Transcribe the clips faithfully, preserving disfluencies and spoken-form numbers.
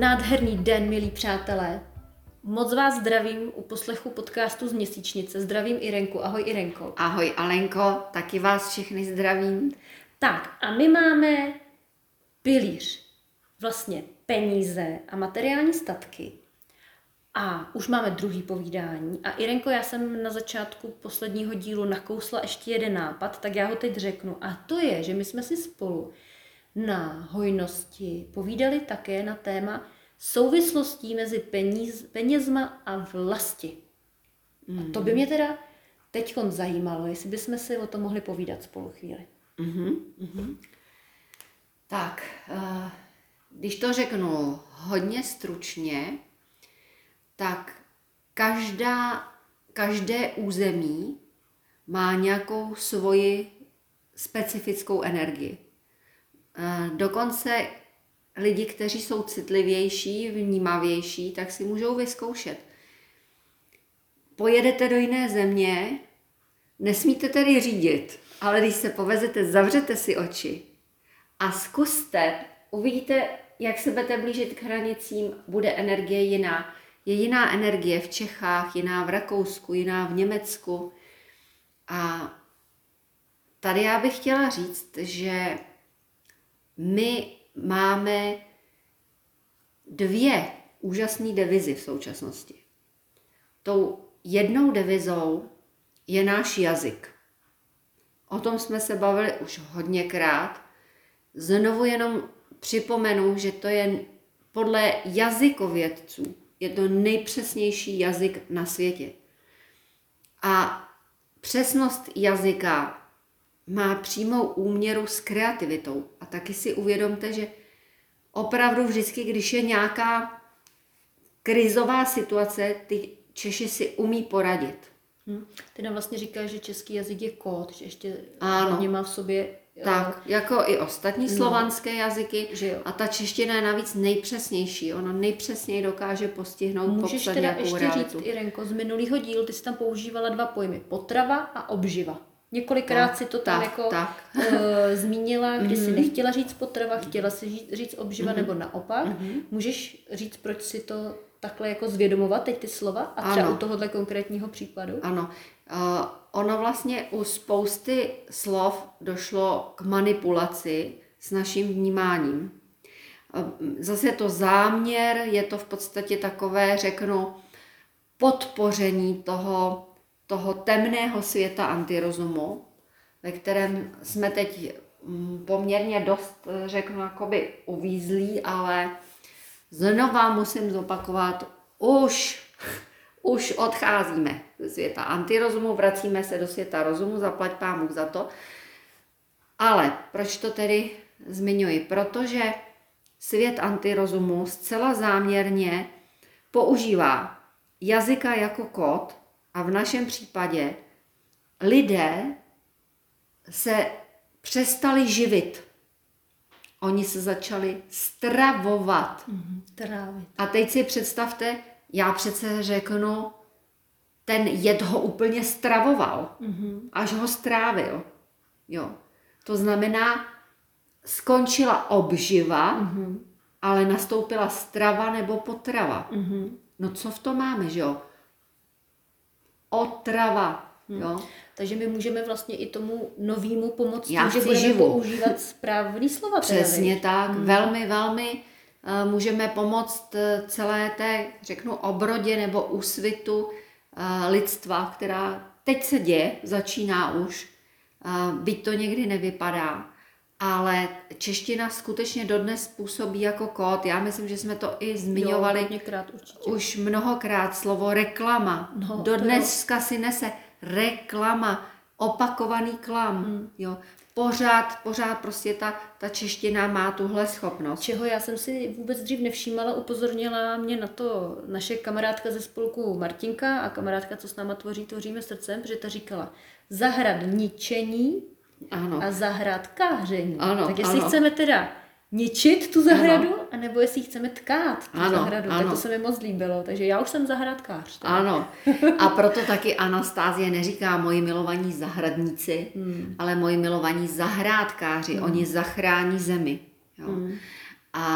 Nádherný den, milí přátelé. Moc vás zdravím u poslechu podcastu z Měsíčnice. Zdravím Irenku. Ahoj Irenko. Ahoj Alenko, taky vás všechny zdravím. Tak a my máme pilíř, vlastně peníze a materiální statky. A už máme druhý povídání. A Irenko, já jsem na začátku posledního dílu nakousla ještě jeden nápad, tak já ho teď řeknu. A to je, že my jsme si spolu na hojnosti povídali také na téma souvislostí mezi peníz, penězma a vlasti. Mm. A to by mě teda teď zajímalo, jestli bychom si o tom mohli povídat spolu chvíli. Mm-hmm. Mm-hmm. Tak, když to řeknu hodně stručně, tak každá, každé území má nějakou svoji specifickou energii. Dokonce lidi, kteří jsou citlivější, vnímavější, tak si můžou vyzkoušet. Pojedete do jiné země, nesmíte tedy řídit, ale když se povezete, zavřete si oči a zkuste, uvidíte, jak se budete blížit k hranicím, bude energie jiná. Je jiná energie v Čechách, jiná v Rakousku, jiná v Německu. A tady já bych chtěla říct, že my máme dvě úžasné devizy v současnosti. Tou jednou devizou je náš jazyk. O tom jsme se bavili už hodněkrát. Znovu jenom připomenu, že to je podle jazykovědců je to nejpřesnější jazyk na světě. A přesnost jazyka má přímou úměru s kreativitou. A taky si uvědomte, že opravdu vždycky, když je nějaká krizová situace, ty Češi si umí poradit. Hmm. Ty nám vlastně říkáš, že český jazyk je kód, že ještě ano. má v sobě... Tak, jako i ostatní no. slovanské jazyky. A ta čeština je navíc nejpřesnější. Ona nejpřesněji dokáže postihnout popsat Můžeš teda ještě realitu. říct, Irenko, z minulého dílu ty jsi tam používala dva pojmy. Potrava a obživa. Několikrát tak, si to tam tak, jako tak. Uh, zmínila, kdy mm-hmm. si nechtěla říct potrava, chtěla si říct, říct obživa mm-hmm. nebo naopak. Mm-hmm. Můžeš říct, proč si to takhle jako zvědomovat, teď ty slova a třeba ano. u tohohle konkrétního případu? Ano. Uh, ono vlastně u spousty slov došlo k manipulaci s naším vnímáním. Uh, zase je to záměr, je to v podstatě takové, řeknu, podpoření toho, toho temného světa antirozumu, ve kterém jsme teď poměrně dost, řeknu, jakoby uvízlí, ale znova musím zopakovat, už, už odcházíme ze světa antirozumu, vracíme se do světa rozumu, zaplať Pán Bůh za to. Ale proč to tedy zmiňuji? Protože svět antirozumu zcela záměrně používá jazyka jako kód a v našem případě lidé se přestali živit. Oni se začali stravovat. Mm-hmm, trávit. A teď si představte, já přece řeknu, ten jed ho úplně stravoval, mm-hmm. až ho strávil. Jo. To znamená, skončila obživa, mm-hmm. ale nastoupila strava nebo potrava. Mm-hmm. No co v tom máme, že jo? Otrava. Hmm. Jo? Takže my můžeme vlastně i tomu novému pomoct Já tím, že budeme živu. používat správný slova. Přesně teda, tak. Hmm. Velmi, velmi uh, můžeme pomoct celé té, řeknu, obrodě nebo úsvitu uh, lidstva, která teď se děje, začíná už, uh, byť to někdy nevypadá. Ale čeština skutečně dodnes působí jako kód. Já myslím, že jsme to i zmiňovali jo, určitě. už mnohokrát. Slovo reklama. No, dodneska si nese reklama, opakovaný klam. Hmm. Jo. Pořád, pořád prostě ta, ta čeština má tuhle schopnost. Čeho já jsem si vůbec dřív nevšímala, upozornila mě na to naše kamarádka ze spolku Martinka a kamarádka, co s náma tvoří, tvoříme srdcem, protože ta říkala zahradničení ano. a zahrádkáření. Ano, tak jestli ano. chceme teda ničit tu zahradu, ano. anebo jestli chceme tkát tu ano, zahradu, ano. tak to se mi moc líbilo. Takže já už jsem zahrádkář. Teda. Ano. A proto taky Anastázie neříká moji milovaní zahradníci, hmm. ale moji milovaní zahrádkáři. Hmm. Oni zachrání zemi. Jo. Hmm. A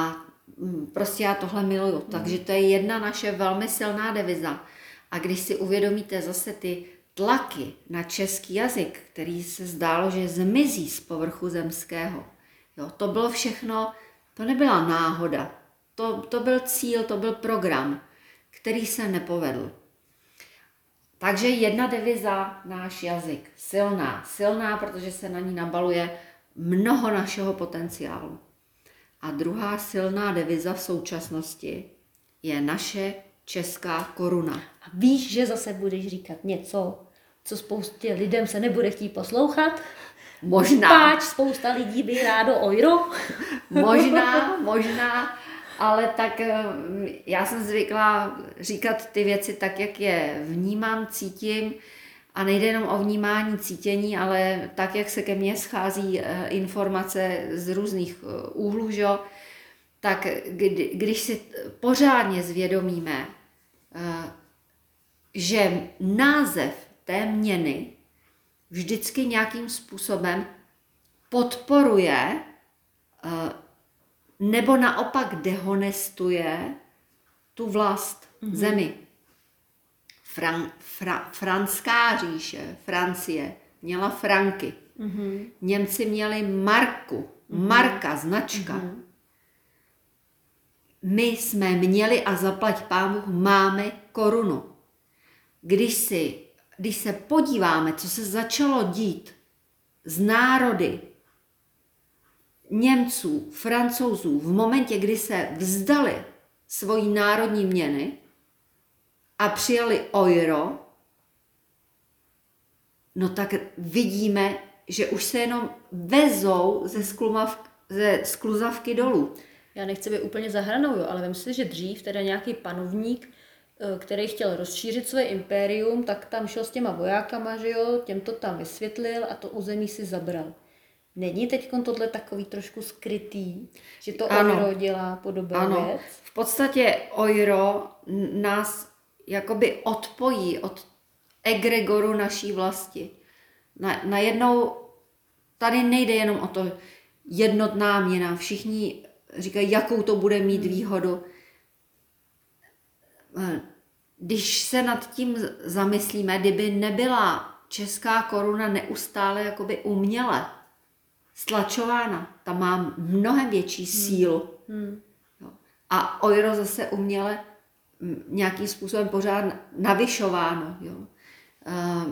prostě já tohle miluju. Mm. Takže to je jedna naše velmi silná deviza. A když si uvědomíte zase ty tlaky na český jazyk, který se zdálo, že zmizí z povrchu zemského, jo, to bylo všechno, to nebyla náhoda. To, to byl cíl, to byl program, který se nepovedl. Takže jedna deviza, náš jazyk, silná. Silná, protože se na ní nabaluje mnoho našeho potenciálu. A druhá silná deviza v současnosti je naše česká koruna. A víš, že zase budeš říkat něco, co spoustě lidem se nebude chtít poslouchat? Možná. Páč, spousta lidí by rádo euro. Možná, možná, ale tak já jsem zvyklá říkat ty věci tak, jak je vnímám, cítím, a nejde jenom o vnímání, cítění, ale tak, jak se ke mně schází informace z různých úhlů, že? Tak kdy, když si pořádně zvědomíme, že název té měny vždycky nějakým způsobem podporuje nebo naopak dehonestuje tu vlast, mm-hmm. zemi. Fran, fra, franská říše, Francie, měla franky. Mm-hmm. Němci měli marku, mm-hmm. marka, značka. Mm-hmm. My jsme měli a zaplať pámu, máme korunu. Když, si, když se podíváme, co se začalo dít z národy Němců, Francouzů v momentě, kdy se vzdali svojí národní měny a přijali euro, no tak vidíme, že už se jenom vezou ze, sklumav, ze skluzavky dolů. Já nechci být úplně za hranou, jo, ale vem si, že dřív teda nějaký panovník, který chtěl rozšířit své impérium, tak tam šel s těma vojákama, že jo, těm to tam vysvětlil a to území si zabral. Není teď tohle takový trošku skrytý, že to ano. euro dělá podobnou ano. věc? V podstatě euro nás jakoby odpojí od egregoru naší vlasti. Na, najednou tady nejde jenom o to jednotná měna. Všichni říkají, jakou to bude mít výhodu. Když se nad tím zamyslíme, kdyby nebyla česká koruna neustále jakoby uměle stlačována, ta má mnohem větší sílu. Hmm. Hmm. A euro zase uměle nějakým způsobem pořád navyšováno. Jo. Uh,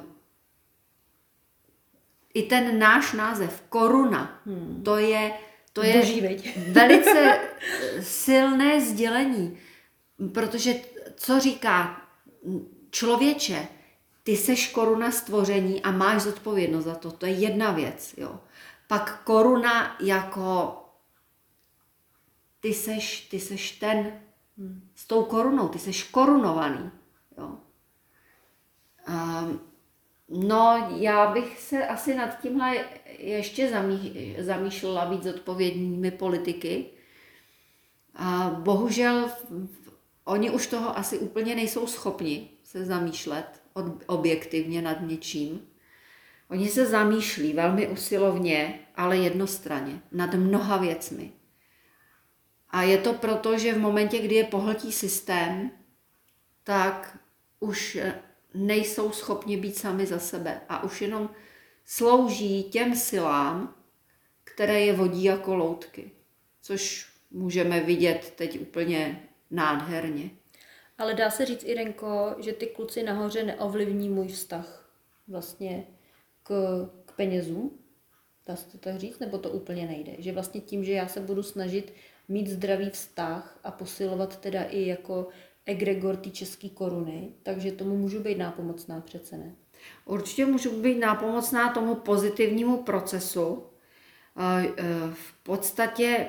I ten náš název, koruna, hmm. to je, to je Boží, velice silné sdělení, protože co říká člověče, ty seš koruna stvoření a máš zodpovědnost za to, to je jedna věc. Jo. Pak koruna jako ty seš, ty seš ten hmm. s tou korunou, ty seš korunovaný. Jo. Um, no, já bych se asi nad tímhle ještě zamý, zamýšlela víc zodpovědnými politiky. A bohužel oni už toho asi úplně nejsou schopni se zamýšlet objektivně nad něčím. Oni se zamýšlí velmi usilovně, ale jednostranně, nad mnoha věcmi. A je to proto, že v momentě, kdy je pohltí systém, tak už nejsou schopni být sami za sebe a už jenom slouží těm silám, které je vodí jako loutky. Což můžeme vidět teď úplně nádherně. Ale dá se říct, Irenko, že ty kluci nahoře neovlivní můj vztah vlastně k, k penězům? Dá se to tak říct, nebo to úplně nejde? Že vlastně tím, že já se budu snažit mít zdravý vztah a posilovat teda i jako egregor té české koruny, takže tomu můžu být nápomocná přece, ne? Určitě můžu být nápomocná tomu pozitivnímu procesu. V podstatě,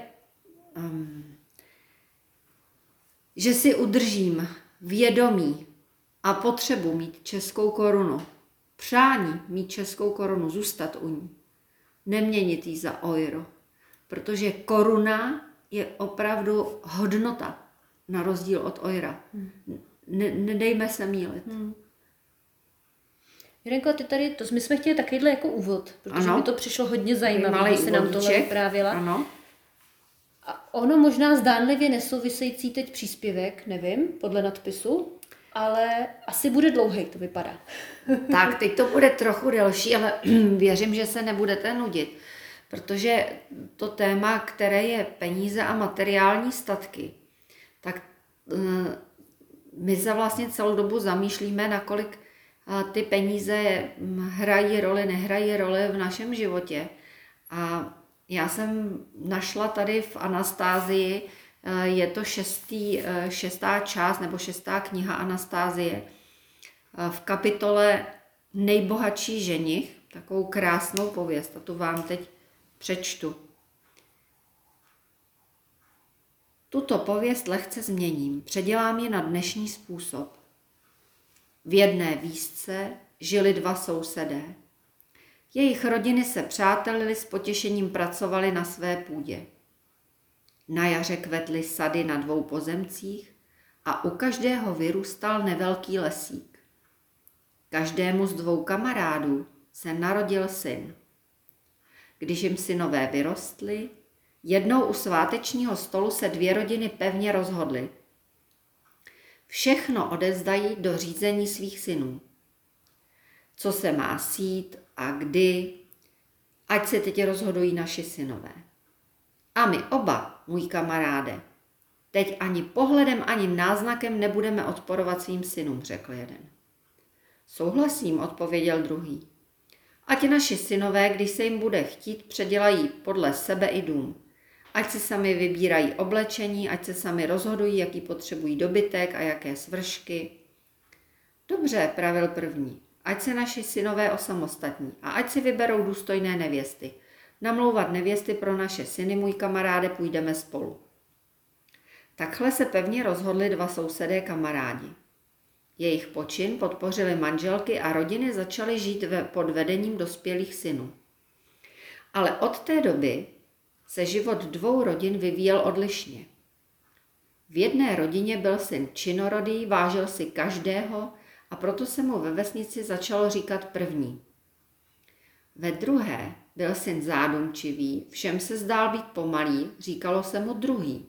že si udržím vědomí a potřebu mít českou korunu, přání mít českou korunu, zůstat u ní, neměnit ji za euro, protože koruna je opravdu hodnota, na rozdíl od eura. Hmm. Ne, nedejme se mýlit. Hmm. Jirenko, ty tady, to my jsme chtěli takovýhle jako úvod, protože ano. mi to přišlo hodně zajímavé, když se nám tohle vyprávěla. Ano. A ono možná zdánlivě nesouvisející teď příspěvek, nevím, podle nadpisu, ale asi bude dlouhý, to vypadá. Tak, teď to bude trochu delší, ale věřím, že se nebudete nudit, protože to téma, které je peníze a materiální statky, tak my se vlastně celou dobu zamýšlíme, nakolik ty peníze hrají roli, nehrají roli v našem životě. A já jsem našla tady v Anastázii, je to šestý, šestá část nebo šestá kniha Anastázie, v kapitole Nejbohatší ženich, takovou krásnou pověst, a tu vám teď přečtu. Tuto pověst lehce změním, předělám ji na dnešní způsob. V jedné vísce žili dva sousedé. Jejich rodiny se přátelili, s potěšením pracovali na své půdě. Na jaře kvetly sady na dvou pozemcích a u každého vyrůstal nevelký lesík. Každému z dvou kamarádů se narodil syn. Když jim synové vyrostli, jednou u svátečního stolu se dvě rodiny pevně rozhodly. Všechno odevzdají do řízení svých synů. Co se má sít a kdy, ať se teď rozhodují naši synové. A my oba, můj kamaráde, teď ani pohledem, ani náznakem nebudeme odporovat svým synům, řekl jeden. Souhlasím, odpověděl druhý. Ať naši synové, když se jim bude chtít, předělají podle sebe i dům. Ať si sami vybírají oblečení, ať se sami rozhodují, jaký potřebují dobytek a jaké svršky. Dobře, pravil první, ať se naši synové osamostatní a ať si vyberou důstojné nevěsty. Namlouvat nevěsty pro naše syny, můj kamaráde, půjdeme spolu. Takhle se pevně rozhodli dva sousedé kamarádi. Jejich počin podpořili manželky a rodiny začaly žít ve, pod vedením dospělých synů. Ale od té doby se život dvou rodin vyvíjel odlišně. V jedné rodině byl syn činorodý, vážil si každého a proto se mu ve vesnici začalo říkat první. Ve druhé byl syn zádumčivý, všem se zdál být pomalý, říkalo se mu druhý.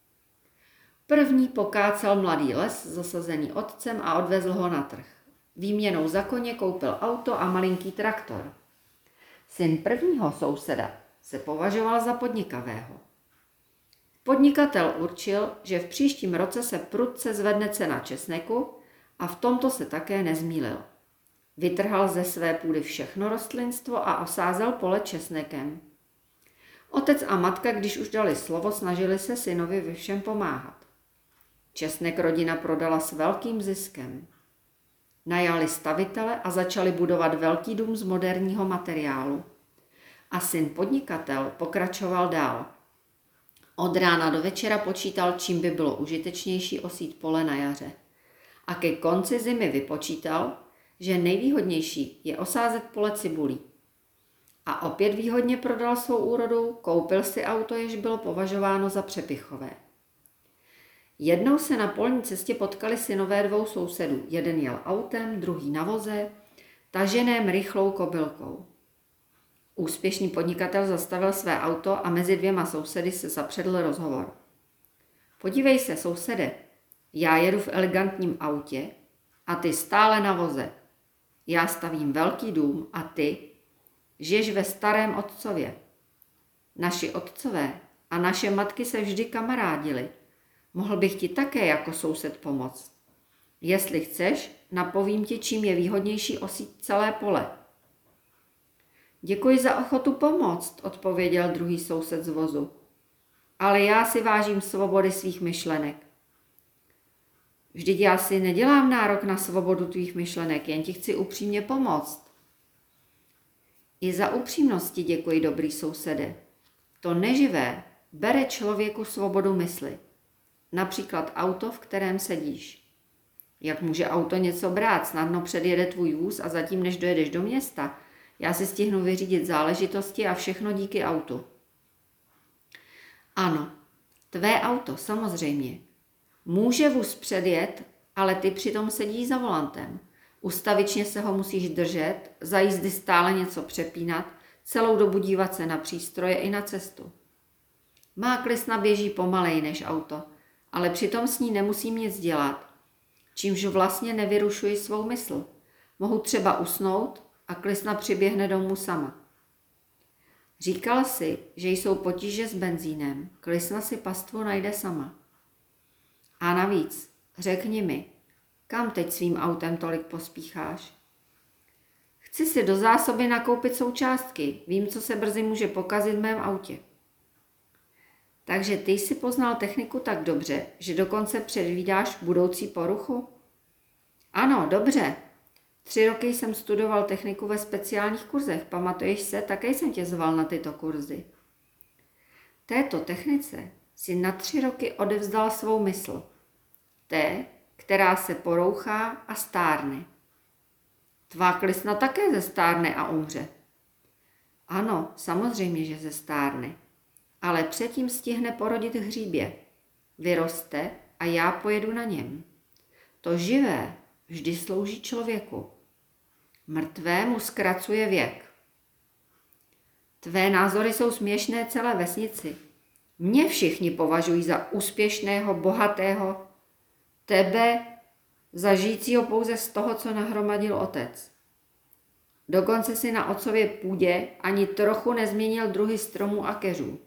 První pokácel mladý les, zasazený otcem, a odvezl ho na trh. Výměnou za koně koupil auto a malinký traktor. Syn prvního souseda se považoval za podnikavého. Podnikatel určil, že v příštím roce se prudce zvedne cena česneku a v tomto se také nezmýlil. Vytrhal ze své půdy všechno rostlinstvo a osázel pole česnekem. Otec a matka, když už dali slovo, snažili se synovi ve všem pomáhat. Česnek rodina prodala s velkým ziskem. Najali stavitele a začali budovat velký dům z moderního materiálu. A syn podnikatel pokračoval dál. Od rána do večera počítal, čím by bylo užitečnější osít pole na jaře. A ke konci zimy vypočítal, že nejvýhodnější je osázet pole cibulí. A opět výhodně prodal svou úrodu, koupil si auto, jež bylo považováno za přepichové. Jednou se na polní cestě potkali synové dvou sousedů. Jeden jel autem, druhý na voze, taženém rychlou kobylkou. Úspěšný podnikatel zastavil své auto a mezi dvěma sousedy se zapředl rozhovor. Podívej se, sousede, já jedu v elegantním autě a ty stále na voze. Já stavím velký dům a ty žiješ ve starém otcově. Naši otcové a naše matky se vždy kamarádili. Mohl bych ti také jako soused pomoct. Jestli chceš, napovím ti, čím je výhodnější osít celé pole. Děkuji za ochotu pomoct, odpověděl druhý soused z vozu. Ale já si vážím svobody svých myšlenek. Vždyť já si nedělám nárok na svobodu tvých myšlenek, jen ti chci upřímně pomoct. I za upřímnosti děkuji, dobrý sousede. To neživé bere člověku svobodu mysli. Například auto, v kterém sedíš. Jak může auto něco brát? Snadno předjede tvůj vůz a zatím, než dojedeš do města, já si stihnu vyřídit záležitosti a všechno díky autu. Ano, tvé auto, samozřejmě. Může vůz předjet, ale ty přitom sedíš za volantem. Ustavičně se ho musíš držet, za jízdy stále něco přepínat, celou dobu dívat se na přístroje i na cestu. Má Klisna běží pomalej než auto, ale přitom s ní nemusím nic dělat, čímž vlastně nevyrušuji svou mysl. Mohu třeba usnout a Klisna přiběhne domů sama. Říkal si, že jsou potíže s benzínem, Klisna si pastvu najde sama. A navíc, řekni mi, kam teď svým autem tolik pospícháš? Chci si do zásoby nakoupit součástky, vím, co se brzy může pokazit v mém autě. Takže ty jsi poznal techniku tak dobře, že dokonce předvídáš budoucí poruchu? Ano, dobře. Tři roky jsem studoval techniku ve speciálních kurzech, pamatuješ se, také jsem tě zval na tyto kurzy. Této technice si na tři roky odevzdal svou mysl. Té, která se porouchá a stárne. Tvá Klisna také zestárne a umře. Ano, samozřejmě, že zestárne, ale předtím stihne porodit hříbě. Vyroste a já pojedu na něm. To živé vždy slouží člověku. Mrtvému zkracuje věk. Tvé názory jsou směšné celé vesnici. Mě všichni považují za úspěšného, bohatého, tebe za žijícího pouze z toho, co nahromadil otec. Dokonce si na otcově půdě ani trochu nezměnil druhy stromů a keřů.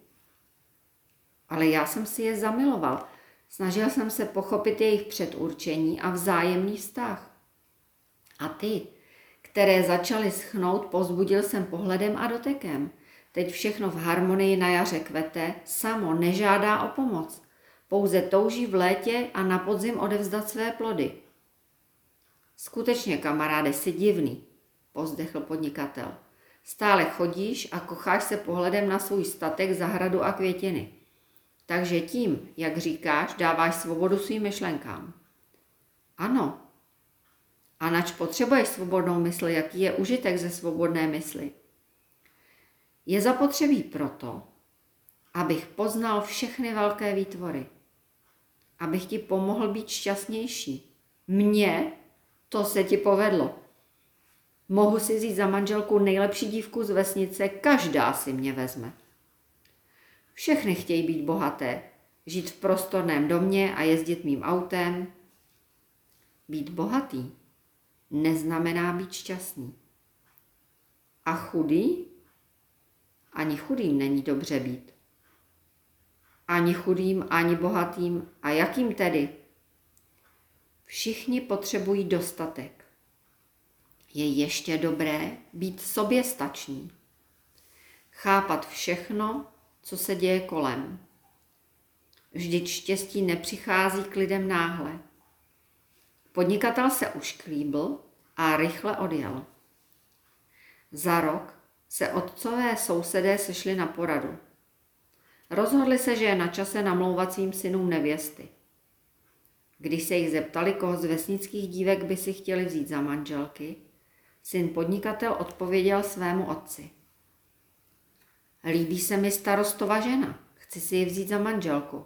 Ale já jsem si je zamiloval. Snažil jsem se pochopit jejich předurčení a vzájemný vztah. A ty, které začaly schnout, povzbudil jsem pohledem a dotekem. Teď všechno v harmonii na jaře kvete, samo nežádá o pomoc. Pouze touží v létě a na podzim odevzdat své plody. Skutečně, kamaráde, jsi divný, povzdechl podnikatel. Stále chodíš a kocháš se pohledem na svůj statek, zahradu a květiny. Takže tím, jak říkáš, dáváš svobodu svým myšlenkám. Ano. A nač potřebuješ svobodnou mysl, jaký je užitek ze svobodné mysli? Je zapotřebí proto, abych poznal všechny velké výtvory. Abych ti pomohl být šťastnější. Mně to se ti povedlo. Mohu si vzít za manželku nejlepší dívku z vesnice, každá si mě vezme. Všechny chtějí být bohaté, žít v prostorném domě a jezdit mým autem. Být bohatý neznamená být šťastný. A chudý? Ani chudým není dobře být. Ani chudým, ani bohatým. A jakým tedy? Všichni potřebují dostatek. Je ještě dobré být soběstačný. Chápat všechno, co se děje kolem. Vždyť štěstí nepřichází k lidem náhle. Podnikatel se ušklíbl a rychle odjel. Za rok se otcové sousedé sešli na poradu. Rozhodli se, že je na čase namlouvat svým synům nevěsty. Když se jich zeptali, koho z vesnických dívek by si chtěli vzít za manželky, syn podnikatel odpověděl svému otci. Líbí se mi starostova žena, chci si ji vzít za manželku.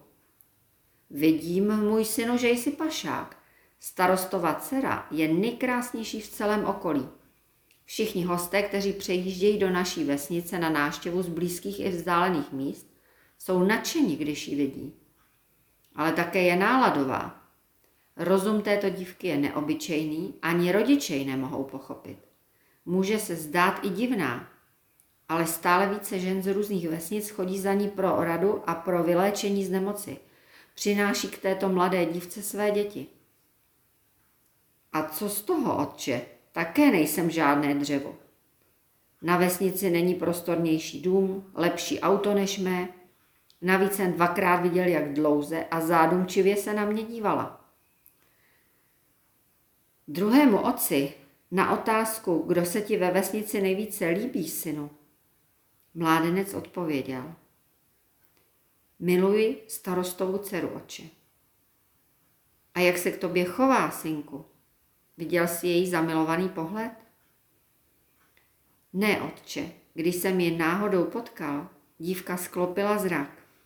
Vidím, můj synu, že jsi pašák. Starostova dcera je nejkrásnější v celém okolí. Všichni hosté, kteří přejíždějí do naší vesnice na návštěvu z blízkých i vzdálených míst, jsou nadšeni, když ji vidí. Ale také je náladová. Rozum této dívky je neobyčejný, ani rodiče ji nemohou pochopit. Může se zdát i divná, ale stále více žen z různých vesnic chodí za ní pro radu a pro vyléčení z nemoci. Přináší k této mladé dívce své děti. A co z toho, otče? Také nejsem žádné dřevo. Na vesnici není prostornější dům, lepší auto než mé. Navíc jsem dvakrát viděl, jak dlouze a zádumčivě se na mě dívala. Druhému otci na otázku, kdo se ti ve vesnici nejvíce líbí, synu, mládenec odpověděl. Miluji starostovu dceru, otče. A jak se k tobě chová, synku? Viděl jsi její zamilovaný pohled? Ne, otče, když jsem ji náhodou potkal, dívka sklopila zrak.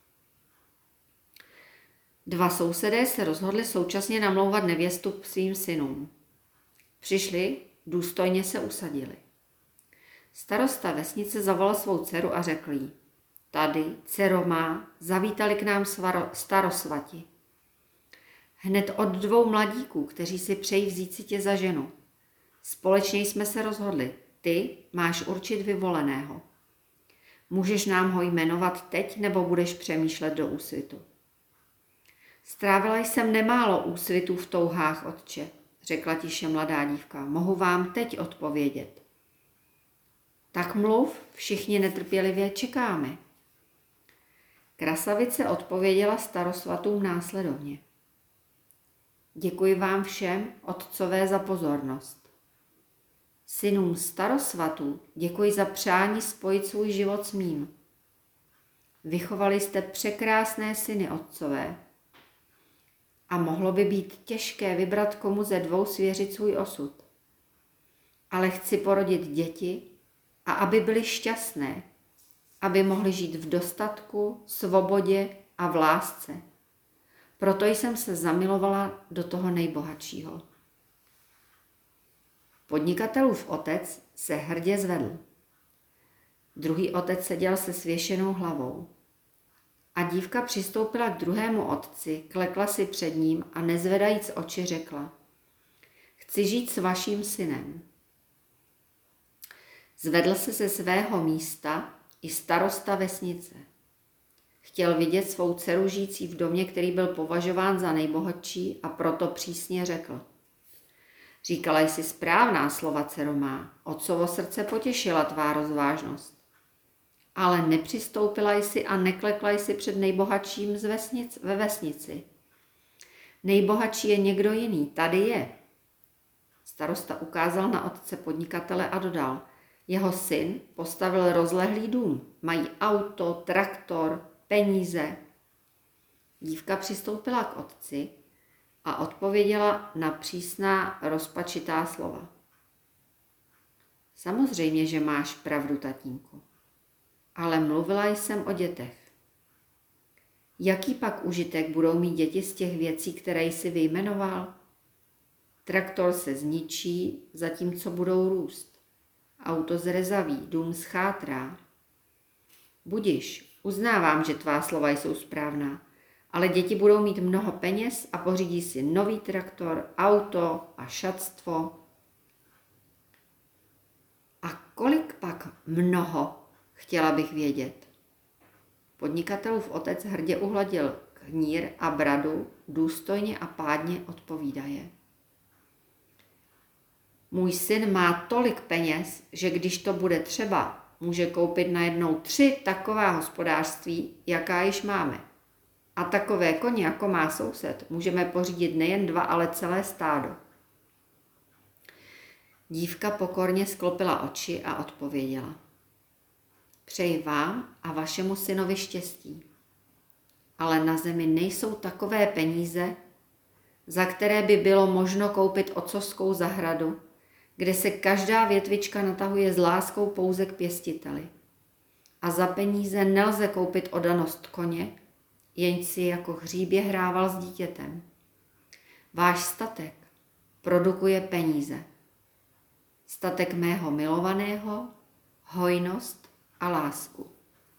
Dva sousedé se rozhodli současně namlouvat nevěstu k svým synům. Přišli, důstojně se usadili. Starosta vesnice zavolal svou dceru a řekl jí, tady, dcero má, zavítali k nám svaro, starosvati. Hned od dvou mladíků, kteří si přejí vzít si tě za ženu. Společně jsme se rozhodli, ty máš určit vyvoleného. Můžeš nám ho jmenovat teď, nebo budeš přemýšlet do úsvitu? Strávila jsem nemálo úsvitů v touhách, otče, řekla tiše mladá dívka. Mohu vám teď odpovědět. Tak mluv, všichni netrpělivě čekáme. Krasavice odpověděla starosvatům následovně. Děkuji vám všem, otcové, za pozornost. Synům starosvatů děkuji za přání spojit svůj život s mým. Vychovali jste překrásné syny, otcové. A mohlo by být těžké vybrat, komu ze dvou svěřit svůj osud. Ale chci porodit děti a aby byly šťastné, aby mohly žít v dostatku, svobodě a v lásce. Proto jsem se zamilovala do toho nejbohatšího. Podnikatelův otec se hrdě zvedl. Druhý otec seděl se svěšenou hlavou. A dívka přistoupila k druhému otci, klekla si před ním a nezvedajíc oči řekla: Chci žít s vaším synem. Zvedl se ze svého místa i starosta vesnice. Chtěl vidět svou dceru žijící v domě, který byl považován za nejbohatší, a proto přísně řekl: Říkala jsi správná slova, dcero má, otcovo srdce potěšila tvá rozvážnost. Ale nepřistoupila jsi a neklekla jsi před nejbohatším z vesnic, ve vesnici. Nejbohatší je někdo jiný, tady je. Starosta ukázal na otce podnikatele a dodal: Jeho syn postavil rozlehlý dům, mají auto, traktor, peníze. Dívka přistoupila k otci a odpověděla na přísná, rozpačitá slova. Samozřejmě, že máš pravdu, tatínku, ale mluvila jsem o dětech. Jaký pak užitek budou mít děti z těch věcí, které jsi vyjmenoval? Traktor se zničí, zatímco budou růst. Auto zrezaví, dům schátrá. Budiš, uznávám, že tvá slova jsou správná, ale děti budou mít mnoho peněz a pořídí si nový traktor, auto a šatstvo. A kolik pak mnoho, chtěla bych vědět. Podnikatelův otec hrdě uhladil knír a bradu, důstojně a pádně odpovídaje. Můj syn má tolik peněz, že když to bude třeba, může koupit najednou tři taková hospodářství, jaká již máme. A takové koně, jako má soused, můžeme pořídit nejen dva, ale celé stádo. Dívka pokorně sklopila oči a odpověděla. Přeji vám a vašemu synovi štěstí. Ale na zemi nejsou takové peníze, za které by bylo možno koupit otcovskou zahradu, kde se každá větvička natahuje s láskou pouze k pěstiteli. A za peníze nelze koupit oddanost koně, jenž si jako hříbě hrával s dítětem. Váš statek produkuje peníze. Statek mého milovaného, hojnost a lásku.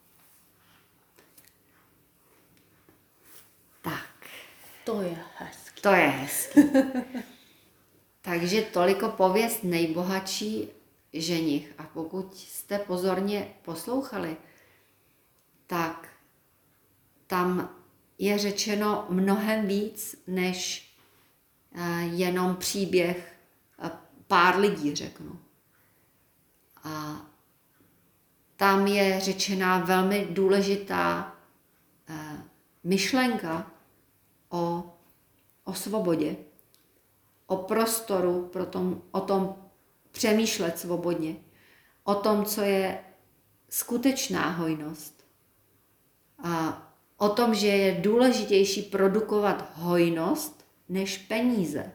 Tak. To je hezký. To je hezký. Takže toliko pověst nejbohatší ženich. A pokud jste pozorně poslouchali, tak tam je řečeno mnohem víc, než jenom příběh pár lidí, řeknu. A tam je řečená velmi důležitá myšlenka o, o svobodě, o prostoru, pro tom, o tom přemýšlet svobodně, o tom, co je skutečná hojnost. A o tom, že je důležitější produkovat hojnost než peníze.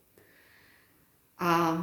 A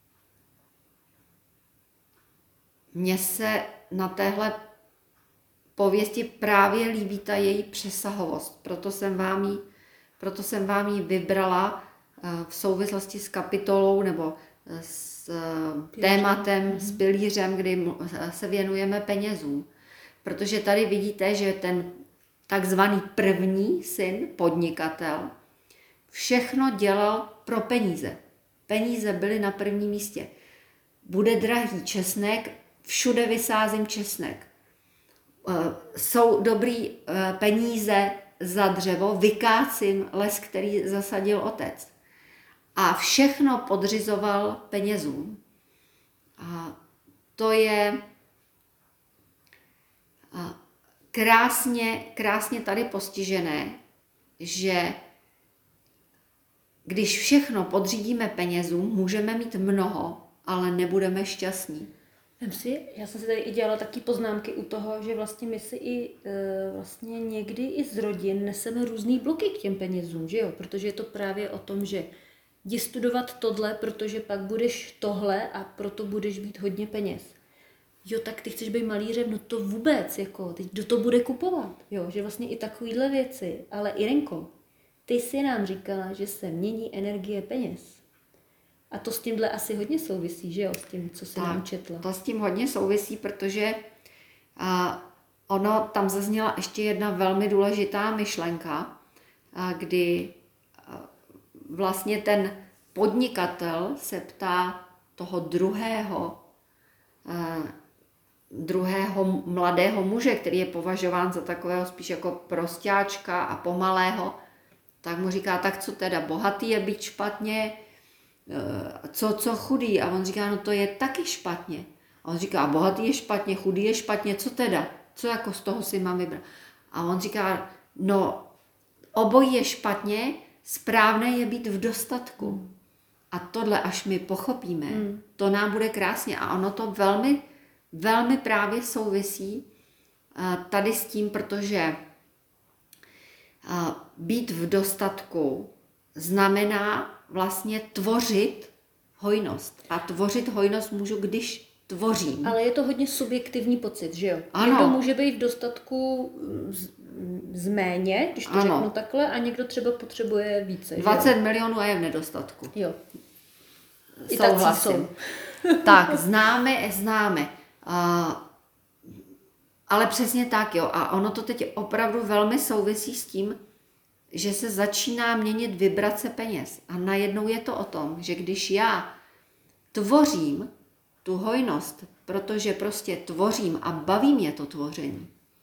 mně se na téhle pověsti právě líbí ta její přesahovost. Proto jsem vám ji, proto jsem vám ji vybrala v souvislosti s kapitolou nebo s pilířem. tématem, s pilířem, kdy se věnujeme penězům. Protože tady vidíte, že ten takzvaný první syn, podnikatel, všechno dělal pro peníze. Peníze byly na prvním místě. Bude drahý česnek, všude vysázím česnek. Jsou dobrý peníze za dřevo, vykácím les, který zasadil otec. A všechno podřizoval penězům. A to je krásně, krásně tady postižené, že když všechno podřídíme penězům, můžeme mít mnoho, ale nebudeme šťastní. Vem si, já jsem si tady i dělala taky poznámky u toho, že vlastně my si i e, vlastně někdy i z rodin neseme různý bloky k těm penězům, že jo? Protože je to právě o tom, že jdi studovat tohle, protože pak budeš tohle a proto budeš mít hodně peněz. Jo, tak ty chceš být malířem, no to vůbec, jako, teď kdo to bude kupovat, jo? Že vlastně i takovýhle věci. Ale Irenko, ty jsi nám říkala, že se mění energie peněz. A to s tímhle asi hodně souvisí, že jo, s tím, co jsi nám četla. To s tím hodně souvisí, protože a, ono tam zazněla ještě jedna velmi důležitá myšlenka, a, kdy a, vlastně ten podnikatel se ptá toho druhého, a, druhého mladého muže, který je považován za takového spíš jako prostáčka a pomalého, tak mu říká, tak co teda, bohatý je být špatně, co, co chudý? A on říká, no to je taky špatně. A on říká, bohatý je špatně, chudý je špatně, co teda? Co jako z toho si mám vybrat? A on říká, no obojí je špatně, správné je být v dostatku. A tohle, až my pochopíme, hmm. to nám bude krásně. A ono to velmi, velmi právě souvisí tady s tím, protože být v dostatku znamená vlastně tvořit hojnost. A tvořit hojnost můžu, když tvořím. Ale je to hodně subjektivní pocit, že jo? Ano. Někdo může být v dostatku z, z méně, když to ano. řeknu takhle, a někdo třeba potřebuje více. dvacet milionů a je v nedostatku. Jo. I tací jsou. Tak, známe, známe. Uh, ale přesně tak, jo. A ono to teď opravdu velmi souvisí s tím, že se začíná měnit vibrace peněz. A najednou je to o tom, že když já tvořím tu hojnost, protože prostě tvořím a baví mě to tvoření,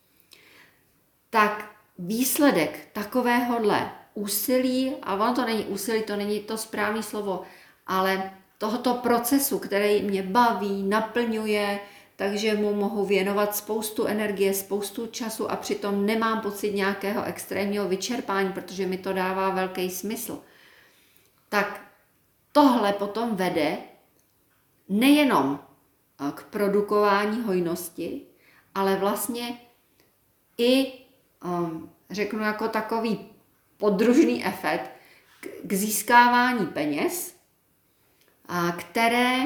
tak výsledek takovéhohle úsilí, a ono to není úsilí, to není to správné slovo, ale tohoto procesu, který mě baví, naplňuje, takže mu mohu věnovat spoustu energie, spoustu času a přitom nemám pocit nějakého extrémního vyčerpání, protože mi to dává velký smysl. Tak tohle potom vede nejenom k produkování hojnosti, ale vlastně i, um, řeknu jako takový podružný efekt, k, k získávání peněz, a které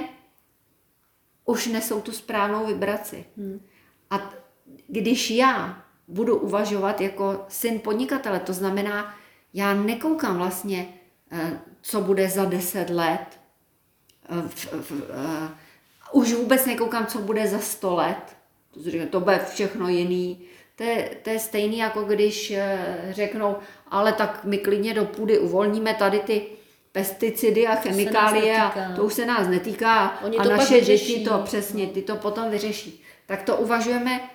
už nesou tu správnou vibraci. Hmm. A t- když já budu uvažovat jako syn podnikatele, to znamená, já nekoukám vlastně, co bude za deset let, v, v, v, už vůbec nekoukám, co bude za sto let, to bude všechno jiný. To je, to je stejný, jako když řeknou, ale tak my klidně do půdy uvolníme tady ty pesticidy a chemikálie a to už se nás netýká. Oni a to naše děti to přesně, ty to potom vyřeší. Tak to uvažujeme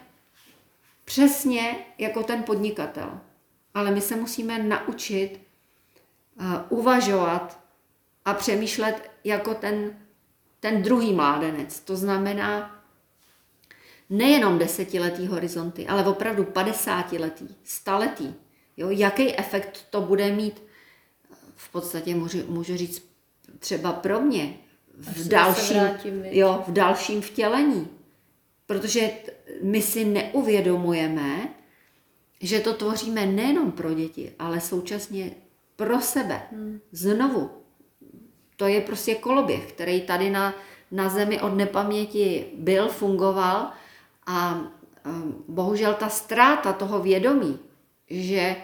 přesně jako ten podnikatel. Ale my se musíme naučit uh, uvažovat a přemýšlet jako ten, ten druhý mládenec. To znamená nejenom desetiletý horizonty, ale opravdu padesátiletý, staletý. Jo? Jaký efekt to bude mít, v podstatě můžu, můžu říct třeba pro mě, v dalším, jo, v dalším vtělení. Protože my si neuvědomujeme, že to tvoříme nejenom pro děti, ale současně pro sebe. Hmm. Znovu. To je prostě koloběh, který tady na, na zemi od nepaměti byl, fungoval a um, bohužel ta ztráta toho vědomí, že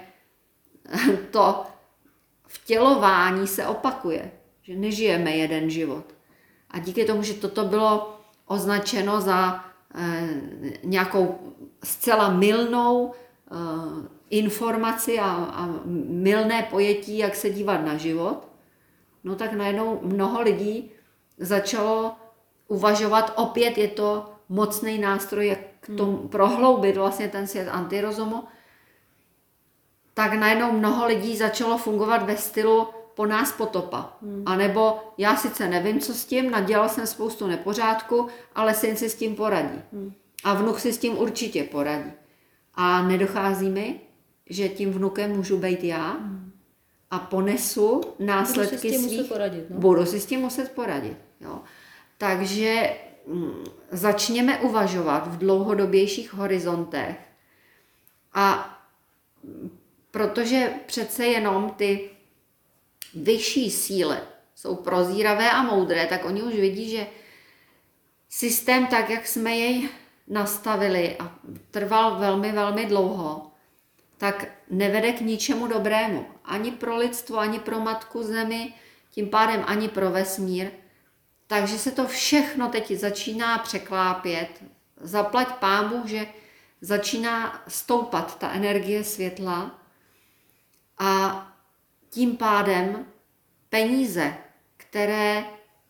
to vtělování se opakuje, že nežijeme jeden život. A díky tomu, že toto bylo označeno za nějakou zcela mylnou informaci a, a mylné pojetí, jak se dívat na život, no tak najednou mnoho lidí začalo uvažovat, opět je to mocný nástroj, jak k tomu prohloubit vlastně ten svět antirozumu, tak najednou mnoho lidí začalo fungovat ve stylu po nás potopa. Hmm. A nebo já sice nevím, co s tím, nadělal jsem spoustu nepořádku, ale syn si s tím poradí. Hmm. A vnuk si s tím určitě poradí. A nedochází mi, že tím vnukem můžu být já hmm. a ponesu následky budu si s tím svých... muset poradit, no? Budu si s tím muset poradit. Jo. Takže mm, začněme uvažovat v dlouhodobějších horizontech a protože přece jenom ty vyšší síly jsou prozíravé a moudré, tak oni už vidí, že systém tak, jak jsme jej nastavili a trval velmi, velmi dlouho, tak nevede k ničemu dobrému. Ani pro lidstvo, ani pro matku zemi, tím pádem ani pro vesmír. Takže se to všechno teď začíná překlápět. Zaplať pámu, že začíná stoupat ta energie světla a tím pádem peníze, které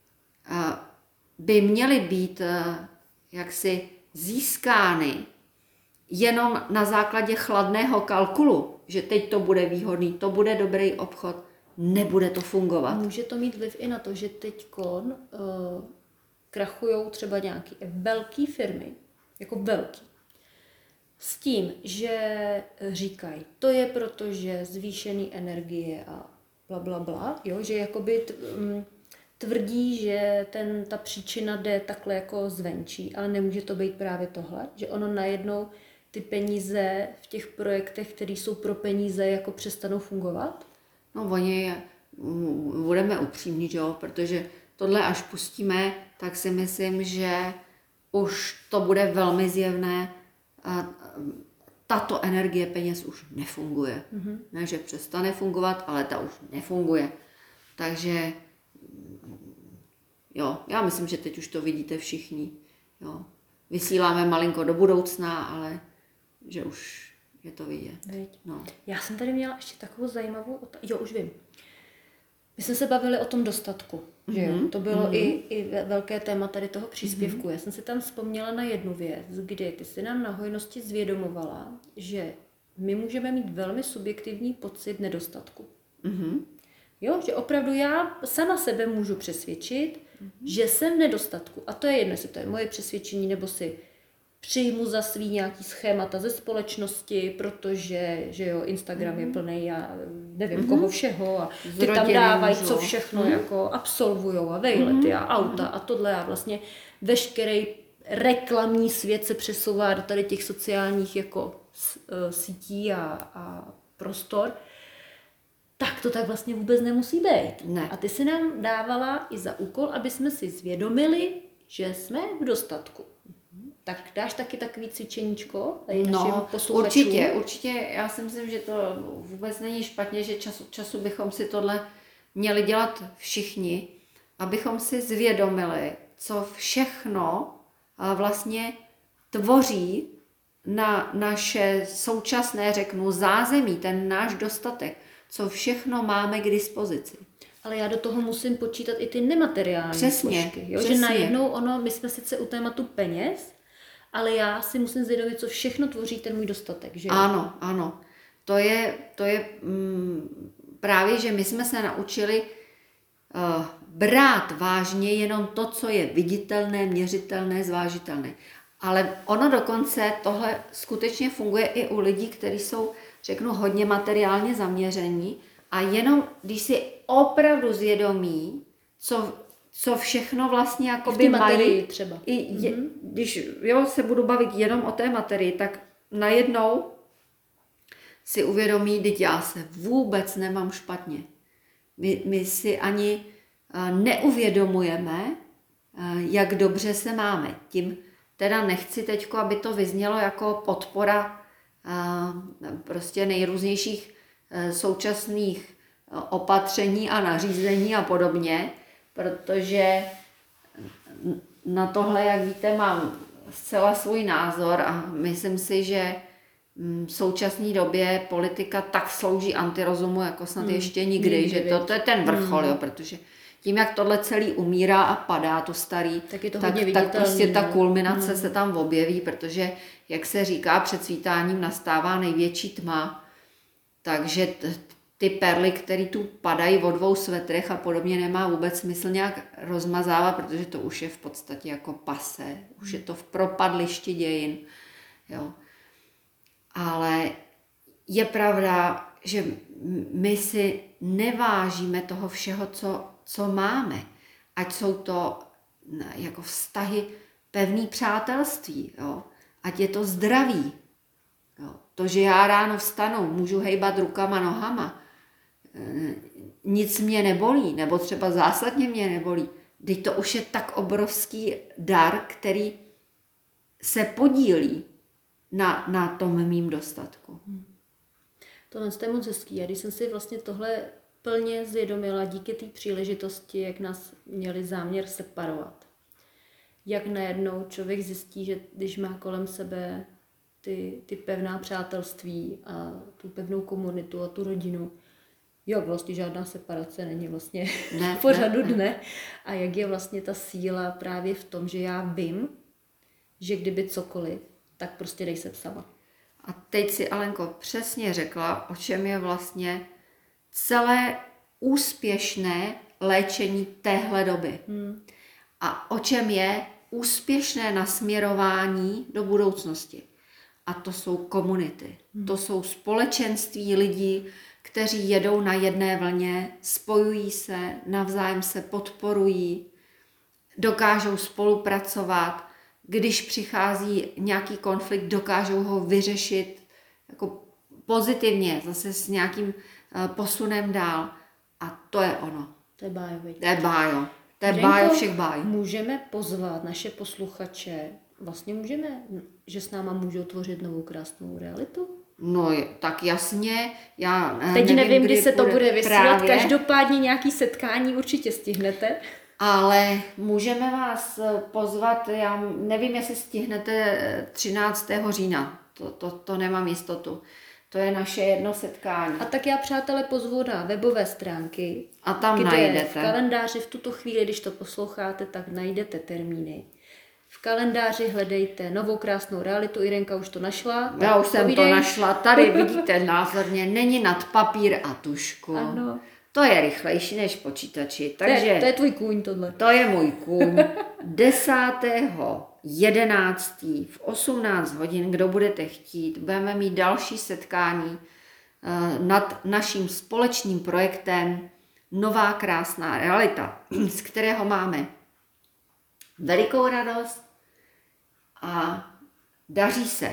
by měly být jaksi získány jenom na základě chladného kalkulu, že teď to bude výhodný, to bude dobrý obchod, nebude to fungovat. Může to mít vliv i na to, že teďkon uh, krachujou třeba nějaké velké firmy, jako velký, s tím, že říkají, to je proto, že zvýšený energie a bla, bla, bla, jo, že jakoby t, um, tvrdí, že ten, ta příčina jde takhle jako zvenčí, ale nemůže to být právě tohle, že ono najednou ty peníze v těch projektech, které jsou pro peníze, jako přestanou fungovat? No oni, budeme upřímní, jo, protože tohle až pustíme, tak si myslím, že už to bude velmi zjevné. Tato energie peněz už nefunguje. Mm-hmm. Ne, že přestane fungovat, ale ta už nefunguje. Takže jo, já myslím, že teď už to vidíte všichni. Jo. Vysíláme malinko do budoucna, ale že už je to vidět. No. Já jsem tady měla ještě takovou zajímavou otázku. Jo, už vím. My jsme se bavili o tom dostatku. Mm-hmm. Že jo? To bylo mm-hmm. i, i velké téma tady toho příspěvku. Mm-hmm. Já jsem si tam vzpomněla na jednu věc, kdy ty si nám na hojnosti zvědomovala, že my můžeme mít velmi subjektivní pocit nedostatku. Mm-hmm. Jo, že opravdu já sama sebe můžu přesvědčit, mm-hmm. že jsem v nedostatku. A to je jedno, jestli to je moje přesvědčení, nebo si přijmu za svý nějaký schémata ze společnosti, protože že jo, Instagram mm-hmm. je plný a nevím mm-hmm. koho všeho a ty tam dávají, co všechno mm-hmm. jako absolvujou a vejlety mm-hmm. a auta a tohle a vlastně veškerý reklamní svět se přesouvá do tady těch sociálních jako sítí a, a prostor, tak to tak vlastně vůbec nemusí být. Ne. A ty si nám dávala i za úkol, aby jsme si zvědomili, že jsme v dostatku. Tak dáš taky takový cvičeníčko no, určitě, určitě. Já si myslím, že to vůbec není špatně, že čas od času bychom si tohle měli dělat všichni, abychom si zvědomili, co všechno vlastně tvoří na naše současné, řeknu, zázemí, ten náš dostatek, co všechno máme k dispozici. Ale já do toho musím počítat i ty nemateriální přesně, složky. Jo? Přesně. Že najednou ono, my jsme sice u tématu peněz, ale já si musím zvědomit, co všechno tvoří ten můj dostatek. Že? Ano, ano. To je, to je mm, právě, že my jsme se naučili uh, brát vážně jenom to, co je viditelné, měřitelné, zvážitelné. Ale ono dokonce tohle skutečně funguje i u lidí, kteří jsou, řeknu, hodně materiálně zaměření a jenom, když si opravdu zvědomí, co co všechno vlastně jakoby mají. Třeba. I je, mm-hmm. Když jo, se budu bavit jenom o té materii, tak najednou si uvědomí, že já se vůbec nemám špatně. My, my si ani uh, neuvědomujeme, uh, jak dobře se máme. Tím teda nechci teďko, aby to vyznělo jako podpora uh, prostě nejrůznějších uh, současných uh, opatření a nařízení a podobně, protože na tohle, jak víte, mám zcela svůj názor a myslím si, že v současné době politika tak slouží antirozumu, jako snad mm. ještě nikdy, nikdy že to, to je ten vrchol, mm. jo, protože tím, jak tohle celý umírá a padá, to starý, tak, je to tak, tak prostě ta kulminace mm. se tam objeví, protože, jak se říká, před svítáním nastává největší tma, takže t- ty perly, které tu padají o dvou svetrech a podobně, nemá vůbec smysl nějak rozmazávat, protože to už je v podstatě jako pase, už je to v propadlišti dějin, jo. Ale je pravda, že my si nevážíme toho všeho, co, co máme. Ať jsou to jako vztahy, pevný přátelství, jo? Ať je to zdraví. Jo? To, že já ráno vstanu, můžu hejbat rukama, nohama, nic mě nebolí, nebo třeba zásadně mě nebolí. Teď to už je tak obrovský dar, který se podílí na, na tom mým dostatku. Tohle je moc hezký. A když jsem si vlastně tohle plně zvědomila díky té příležitosti, jak nás měli záměr separovat. Jak najednou člověk zjistí, že když má kolem sebe ty, ty pevná přátelství a tu pevnou komunitu a tu rodinu, jo, vlastně žádná separace není vlastně ne, v pořadu ne, ne. dne. A jak je vlastně ta síla právě v tom, že já vím, že kdyby cokoliv, tak prostě nejsem sama. A teď si, Alenko, přesně řekla, o čem je vlastně celé úspěšné léčení téhle doby. Hmm. A o čem je úspěšné nasměrování do budoucnosti. A to jsou komunity. Hmm. To jsou společenství lidí, kteří jedou na jedné vlně, spojují se, navzájem se podporují, dokážou spolupracovat. Když přichází nějaký konflikt, dokážou ho vyřešit jako pozitivně, zase s nějakým uh, posunem dál. A to je ono. To je bájo. To je bájo. To je Renko, bájo všech bájů. Můžeme pozvat naše posluchače, vlastně můžeme, že s náma můžou tvořit novou krásnou realitu? No, tak jasně. Já Teď nevím, nevím, kdy, kdy se to bude vysílat, právě. Každopádně nějaký setkání určitě stihnete. Ale můžeme vás pozvat, já nevím, jestli stihnete třináctého října, to, to, to nemám jistotu. To je naše jedno setkání. A tak já, přátelé, pozvu na webové stránky. A tam kde najdete. v kalendáři v tuto chvíli, když to posloucháte, tak najdete termíny. V kalendáři hledejte novou krásnou realitu. Irenka už to našla. Já už jsem povídej. to našla. Tady vidíte názorně, není nad papír a tušku. Ano. To je rychlejší než počítači. Takže to, je, to je tvůj kůň tohle. To je můj kůň. desátého jedenáctého v osmnáct hodin, kdo budete chtít, budeme mít další setkání uh, nad naším společným projektem Nová krásná realita, z kterého máme velikou radost a daří se.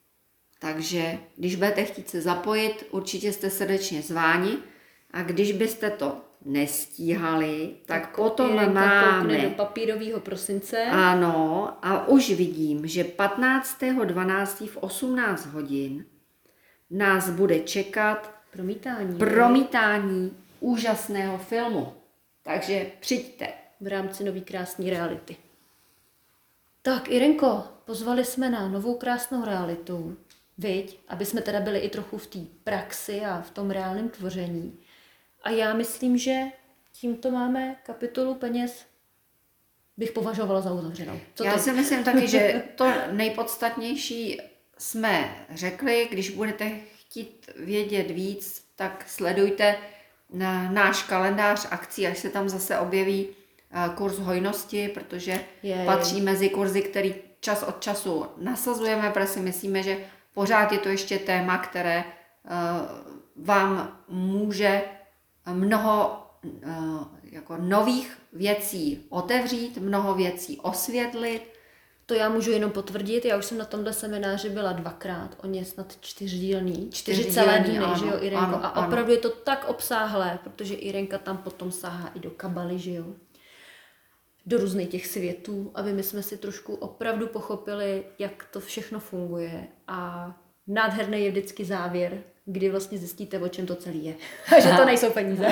Takže když budete chtít se zapojit, určitě jste srdečně zváni. A když byste to nestíhali, tak, tak potom máme do papírového prosince. Ano, a už vidím, že patnáctého dvanáctého v osmnáct hodin nás bude čekat promítání, promítání úžasného filmu. Takže přijďte. V rámci nový krásný reality. Tak, Irenko, pozvali jsme na novou krásnou realitu, viď, aby jsme teda byli i trochu v té praxi a v tom reálném tvoření. A já myslím, že tímto máme kapitolu peněz, bych považovala za uzavřenou. Co já ty? si myslím taky, že to nejpodstatnější jsme řekli. Když budete chtít vědět víc, tak sledujte na náš kalendář akcí, až se tam zase objeví kurz hojnosti, protože je, patří je. mezi kurzy, který čas od času nasazujeme, protože si myslíme, že pořád je to ještě téma, které uh, vám může mnoho uh, jako nových věcí otevřít, mnoho věcí osvětlit. To já můžu jenom potvrdit, já už jsem na tomhle semináři byla dvakrát, on je snad čtyřdílný, čtyři celé dny, že jo, Irenko? Ano, a opravdu ano. Je to tak obsáhlé, protože Irenka tam potom sahá i do kabaly, že jo, do různých těch světů, aby my jsme si trošku opravdu pochopili, jak to všechno funguje. A nádherný je vždycky závěr, kdy vlastně zjistíte, o čem to celý je. Že to nejsou peníze.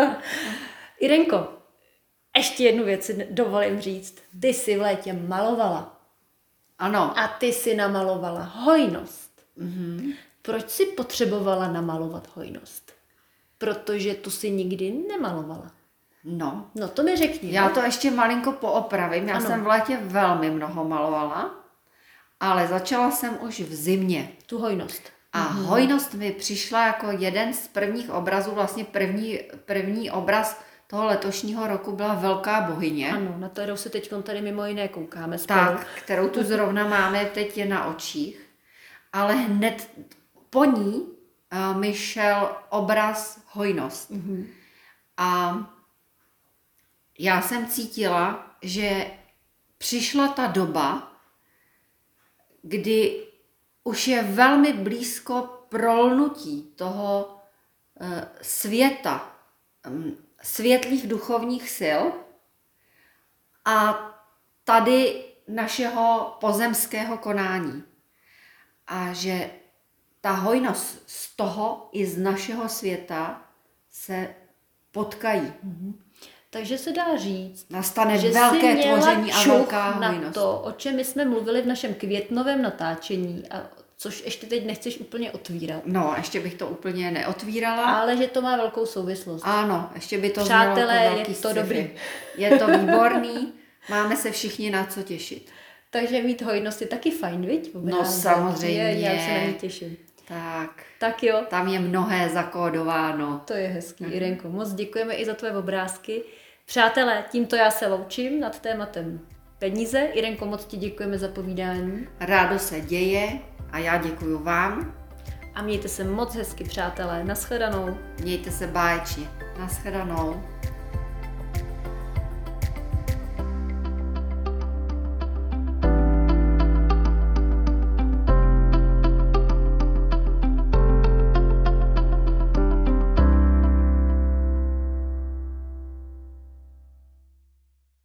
Irenko, ještě jednu věc si dovolím říct. Ty jsi v létě malovala. Ano. A ty si namalovala hojnost. Mhm. Proč si potřebovala namalovat hojnost? Protože tu si nikdy nemalovala. No, No to mi řekni. já to ještě malinko poopravím. Já Ano. jsem v létě velmi mnoho malovala, ale začala jsem už v zimě. Tu hojnost. A hojnost mi přišla jako jeden z prvních obrazů, vlastně první, první obraz toho letošního roku byla Velká bohyně. Ano, na kterou se teď tady mimo jiné koukáme spolu. Tak, kterou tu zrovna máme teď je na očích. Ale hned po ní uh, mi šel obraz hojnost. Mhm. A já jsem cítila, že přišla ta doba, kdy už je velmi blízko prolnutí toho uh, světa, um, světlých duchovních sil a tady našeho pozemského konání. A že ta hojnost z toho i z našeho světa se potkají. Takže se dá říct, Nastane že velké jsi měla tvoření a čuch velká na hojnost. to, o čem my jsme mluvili v našem květnovém natáčení, a což ještě teď nechceš úplně otvírat. No, ještě bych to úplně neotvírala. Ale že to má velkou souvislost. Ano, ještě by to Přátelé, znělo jako je velký to sci-fi. dobrý. Je to výborný, máme se všichni na co těšit. Takže mít hojnost je taky fajn, viď? No, samozřejmě. Je, já se na ní těším. Tak, Tak jo, tam je mnohé zakódováno. to je hezký, Irenko. Moc děkujeme i za tvoje obrázky. Přátelé, tímto já se loučím nad tématem peníze. Irenko, moc ti děkujeme za povídání. Rádo se děje a já děkuju vám. A mějte se moc hezky, přátelé. Naschledanou. Mějte se báječně. Naschledanou.